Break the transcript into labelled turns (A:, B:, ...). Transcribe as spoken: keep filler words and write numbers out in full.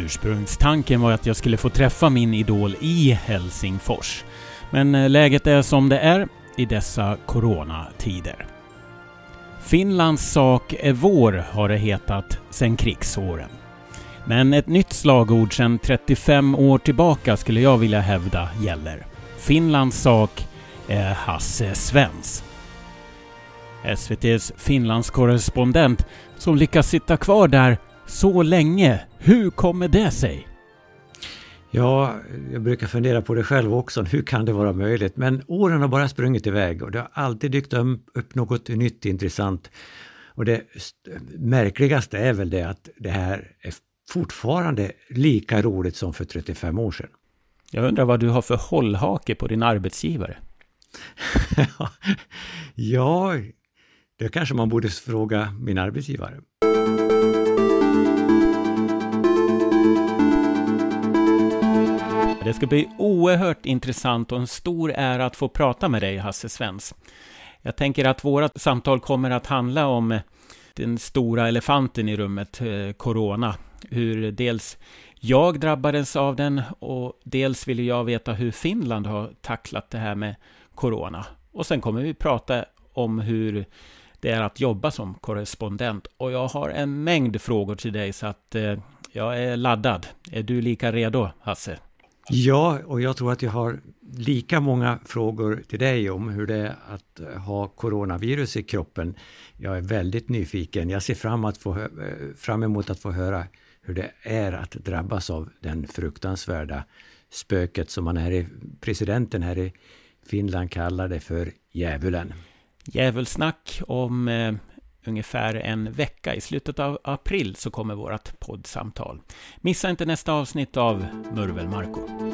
A: Ursprungstanken var att jag skulle få träffa min idol i Helsingfors. Men läget är som det är i dessa coronatider. Finlands sak är vår, har det hetat sedan krigsåren. Men ett nytt slagord sedan trettiofem år tillbaka skulle jag vilja hävda gäller. Finlands sak är Hasse Svens. S V T:s Finlandskorrespondent som lyckas sitta kvar där så länge. Hur kommer det sig?
B: Ja, jag brukar fundera på det själv också. Hur kan det vara möjligt? Men åren har bara sprungit iväg och det har alltid dykt upp något nytt intressant. Och det märkligaste är väl det att det här är fortfarande lika roligt som för trettiofem år sedan.
A: Jag undrar vad du har för hållhake på din arbetsgivare.
B: Ja, det kanske man borde fråga min arbetsgivare.
A: Det ska bli oerhört intressant och en stor ära att få prata med dig, Hasse Svens. Jag tänker att våra samtal kommer att handla om den stora elefanten i rummet, eh, corona. Hur dels jag drabbades av den och dels vill jag veta hur Finland har tacklat det här med corona. Och sen kommer vi prata om hur det är att jobba som korrespondent. Och jag har en mängd frågor till dig så att eh, jag är laddad. Är du lika redo, Hasse?
B: Ja, och jag tror att jag har lika många frågor till dig om hur det är att ha coronavirus i kroppen. Jag är väldigt nyfiken. Jag ser fram, att få, fram emot att få höra hur det är att drabbas av den fruktansvärda spöket som man här i, presidenten här i Finland kallar det för djävulen.
A: Djävulsnack om eh, ungefär en vecka. I slutet av april så kommer vårt poddsamtal. Missa inte nästa avsnitt av Murvel Marko.